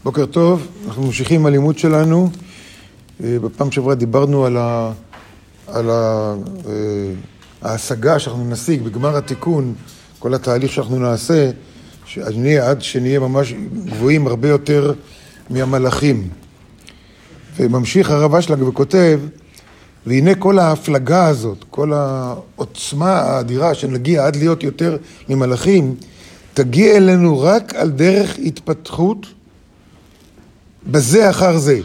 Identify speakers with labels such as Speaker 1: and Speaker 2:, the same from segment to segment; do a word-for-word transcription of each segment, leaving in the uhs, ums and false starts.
Speaker 1: בוקר טוב, אנחנו ממשיכים הלימוד שלנו. בפעם שעברה דיברנו על, ה, על ה, ההשגה שאנחנו נשיג בגמר התיקון, כל התהליך שאנחנו נעשה, שנהיה, עד שנהיה ממש גבוהים הרבה יותר מהמלאכים. וממשיך הרב אשלג וכותב, והנה כל ההפלגה הזאת, כל העוצמה האדירה שנגיע עד להיות יותר ממלאכים, תגיע אלינו רק על דרך התפתחות בזה אחר זה.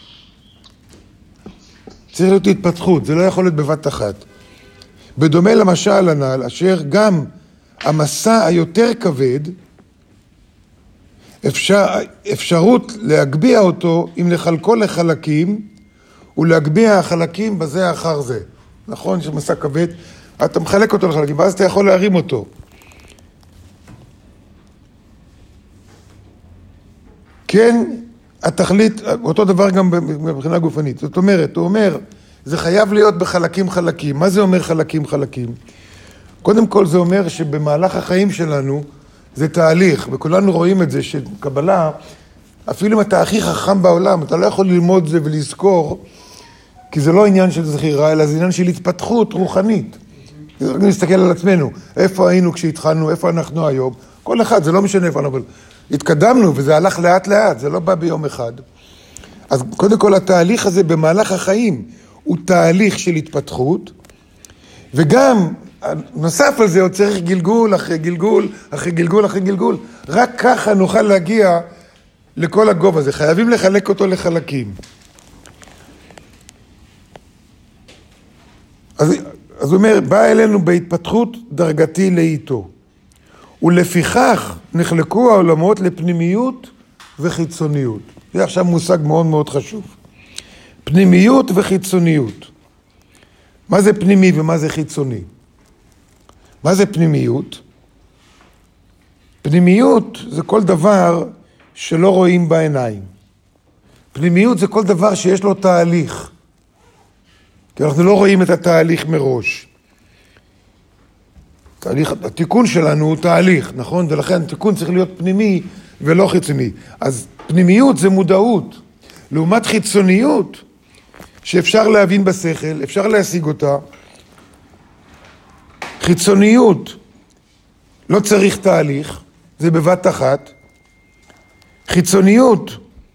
Speaker 1: צריך להיות התפתחות, זה לא יכול להיות בבת אחת. בדומה למשל הנ"ל, אשר גם המסע היותר כבד, אפשר, אפשרות להגביע אותו אם לחלקו לחלקים, ולהגביע החלקים בזה אחר זה. נכון שמסע כבד, אתה מחלק אותו לחלקים, ואז אתה יכול להרים אותו. כן, התכלית, אותו דבר גם מבחינה גופנית. זאת אומרת, הוא אומר, זה חייב להיות בחלקים חלקים. מה זה אומר חלקים חלקים? קודם כל זה אומר שבמהלך החיים שלנו זה תהליך, וכולנו רואים את זה שקבלה, אפילו אם אתה הכי חכם בעולם, אתה לא יכול ללמוד זה ולזכור, כי זה לא עניין של זכירה, אלא זה עניין של התפתחות רוחנית. רק נסתכל על עצמנו, איפה היינו כשהתחלנו, איפה אנחנו היום. כל אחד, זה לא משנה איפה, אבל התקדמנו וזה הלך לאט לאט, זה לא בא ביום אחד. אז קודם כל התהליך הזה במהלך החיים הוא תהליך של התפתחות, וגם נוסף על זה עוד צריך גלגול אחרי גלגול, אחרי גלגול אחרי גלגול. רק ככה נוכל להגיע לכל הגובה הזה, חייבים לחלק אותו לחלקים. אז, אז הוא אומר, בא אלינו בהתפתחות דרגתי לאיתו. ולפיכך נחלקו העולמות לפנימיות וחיצוניות. זה עכשיו מושג מאוד מאוד חשוב. פנימיות וחיצוניות. מה זה פנימי ומה זה חיצוני? מה זה פנימיות? פנימיות זה כל דבר שלא רואים בעיניים. פנימיות זה כל דבר שיש לו תהליך. כי אנחנו לא רואים את התהליך מראש. תהליך, התיקון שלנו הוא תהליך, נכון? ולכן התיקון צריך להיות פנימי ולא חיצוני. אז פנימיות זה מודעות. לעומת חיצוניות, שאפשר להבין בשכל, אפשר להשיג אותה. חיצוניות, לא צריך תהליך, זה בבת אחת. חיצוניות,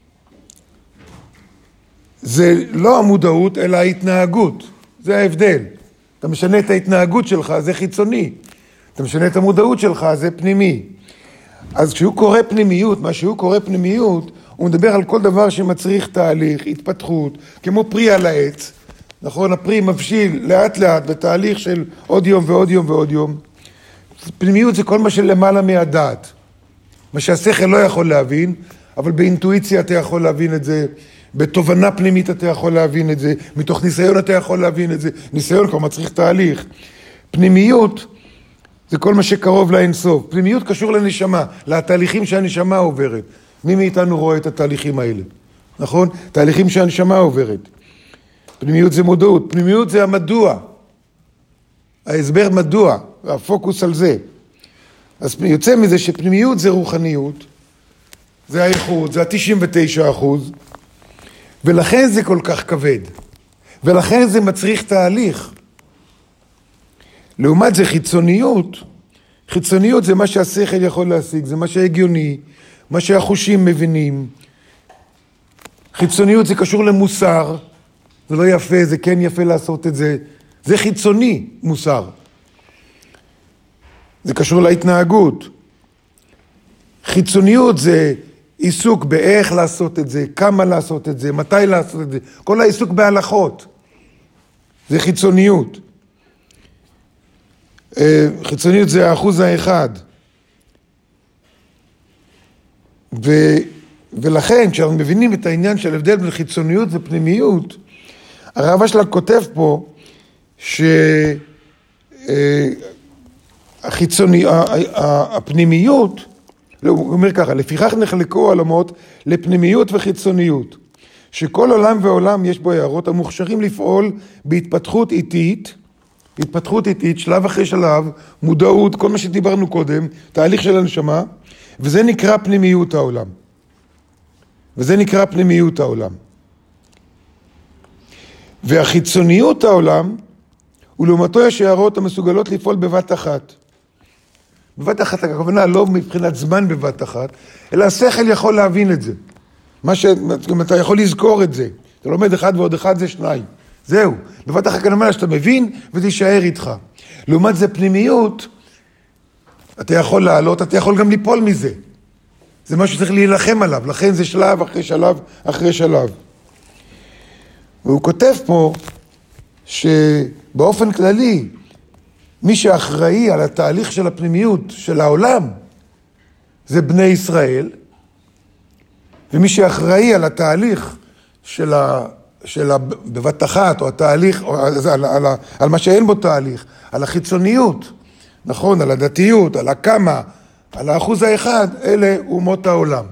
Speaker 1: זה לא המודעות, אלא ההתנהגות. זה ההבדל. אתה משנה את ההתנהגות שלך, זה חיצוני. אתה משנה את המודעות שלך, זה פנימי. אז כשהוא קורא פנימיות, מה שהוא קורא פנימיות, הוא מדבר על כל דבר שמצריך תהליך, התפתחות, כמו פרי על העץ. נכון, הפרי מבשיל לאט לאט בתהליך של עוד יום ועוד יום ועוד יום. פנימיות זה כל מה שלמעלה מהדעת. מה שהשכל לא יכול להבין, אבל באינטואיציה אתה יכול להבין את זה, בתובנה פנימית אתה יכול להבין את זה, מתוך ניסיון אתה יכול להבין את זה. ניסיון כבר מצריך תהליך. פנימיות זה כל מה שקרוב לאינסוף. פנימיות קשור לנשמה, לתהליכים שהנשמה עוברת. מי מאיתנו רואה את התהליכים האלה? נכון? תהליכים שהנשמה עוברת. פנימיות זה מודעות. פנימיות זה המדוע. ההסבר מדוע, והפוקוס על זה. אז יוצא מזה שפנימיות זה רוחניות, זה האיכות, זה ה-תשעים ותשעה אחוז, ולכן זה כל כך כבד. ולכן זה מצריך תהליך. לעומת זה חיצוניות, חיצוניות זה מה שהשכל יכול להשיג, זה מה שהגיוני, מה שהחושים מבינים. חיצוניות זה קשור למוסר, זה לא יפה, זה כן יפה לעשות את זה, זה חיצוני מוסר. זה קשור להתנהגות. חיצוניות זה עיסוק באיך לעשות את זה, כמה לעשות את זה, מתי לעשות את זה, כל העיסוק בהלכות. זה חיצוניות. חיצוניות זה האחוז האחד. ו, ולכן כשאנחנו מבינים את העניין של הבדל בין חיצוניות ופנימיות, הרב אשלג כותב פה שהחיצוני, הפנימיות, הוא אומר ככה, לפיכך נחלקו העולמות לפנימיות וחיצוניות, שכל עולם ועולם יש בו הערות המוכשרים לפעול בהתפתחות איטית, התפתחות איטית, שלב אחרי שלב, מודעות, כל מה שדיברנו קודם, תהליך של הנשמה, וזה נקרא פנימיות העולם. וזה נקרא פנימיות העולם. והחיצוניות העולם, ולעומתו יש הערות המסוגלות לפעול בבת אחת. בבת אחת, הכוונה לא מבחינת זמן בבת אחת, אלא השכל יכול להבין את זה. מה ש... אתה יכול לזכור את זה. אתה לומד אחד ועוד אחד זה שניים. זהו. בבת אחת כנראה שאתה מבין ותישאר איתך. לעומת זה פנימיות, אתה יכול לעלות, אתה יכול גם ליפול מזה. זה משהו שצריך להילחם עליו. לכן זה שלב אחרי שלב אחרי שלב. והוא כותב פה שבאופן כללי, מי שאחראי על התהליך של הפנימיות של העולם, זה בני ישראל, ומי שאחראי על התהליך של, ה, של ה, בבת אחת, או התהליך, או על, על, על, על מה שאין בו תהליך, על החיצוניות, נכון, על הדתיות, על הכמה, על האחוז האחד, אלה אומות העולם.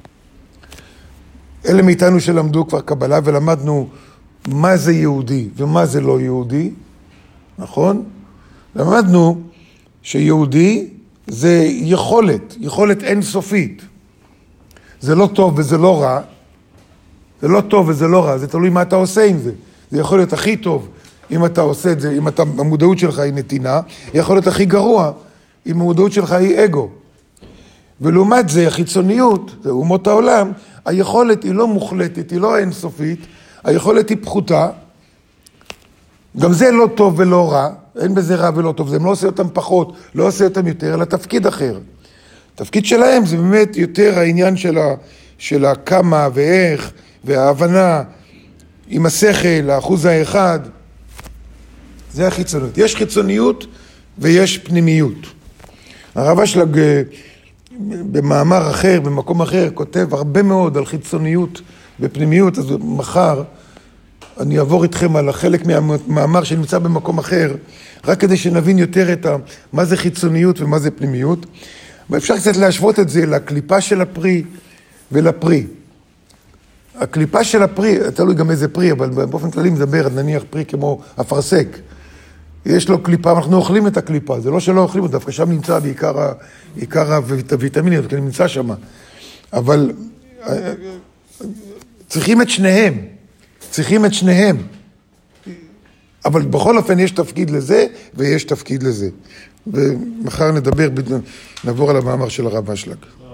Speaker 1: אלה מאיתנו שלמדו כבר קבלה ולמדנו מה זה יהודי ומה זה לא יהודי, נכון? למדנו שיהודי זה יכולת, יכולת אינסופית. זה לא טוב וזה לא רע, זה לא טוב וזה לא רע, זה תלוי מה אתה עושה עם זה. זה יכול להיות הכי טוב אם אתה עושה את זה, אם אתה, המודעות שלך היא נתינה, יכול להיות הכי גרוע אם המודעות שלך היא אגו. ולעומת זה, החיצוניות, זה אומות העולם, היכולת היא לא מוחלטת, היא לא אינסופית, היכולת היא פחותה, גם זה לא טוב ולא רע, אין בזה רע ולא טוב, זה לא עושה אותם פחות, לא עושה אותם יותר, אלא תפקיד אחר. התפקיד שלהם זה באמת יותר העניין של, ה, של הכמה ואיך, וההבנה עם השכל, האחוז האחד, זה החיצוניות. יש חיצוניות ויש פנימיות. הרב אשלג במאמר אחר, במקום אחר, כותב הרבה מאוד על חיצוניות ופנימיות, אז מחר אני אעבור איתכם על החלק מהמאמר שנמצא במקום אחר, רק כדי שנבין יותר את ה, מה זה חיצוניות ומה זה פנימיות. ואפשר קצת להשוות את זה לקליפה של הפרי ולפרי. הקליפה של הפרי, תלוי גם איזה פרי, אבל באופן כללי מדבר, נניח פרי כמו אפרסק. יש לו קליפה, אנחנו אוכלים את הקליפה, זה לא שלא אוכלים אותה, דווקא שם נמצא בעיקר, בעיקר הוויטמיניות, כי אני נמצא שם. אבל צריכים את שניהם, צריכים את שניהם. אבל בכל אופן יש תפקיד לזה ויש תפקיד לזה. ומחר נדבר, נעבור על המאמר של הרב אשלג.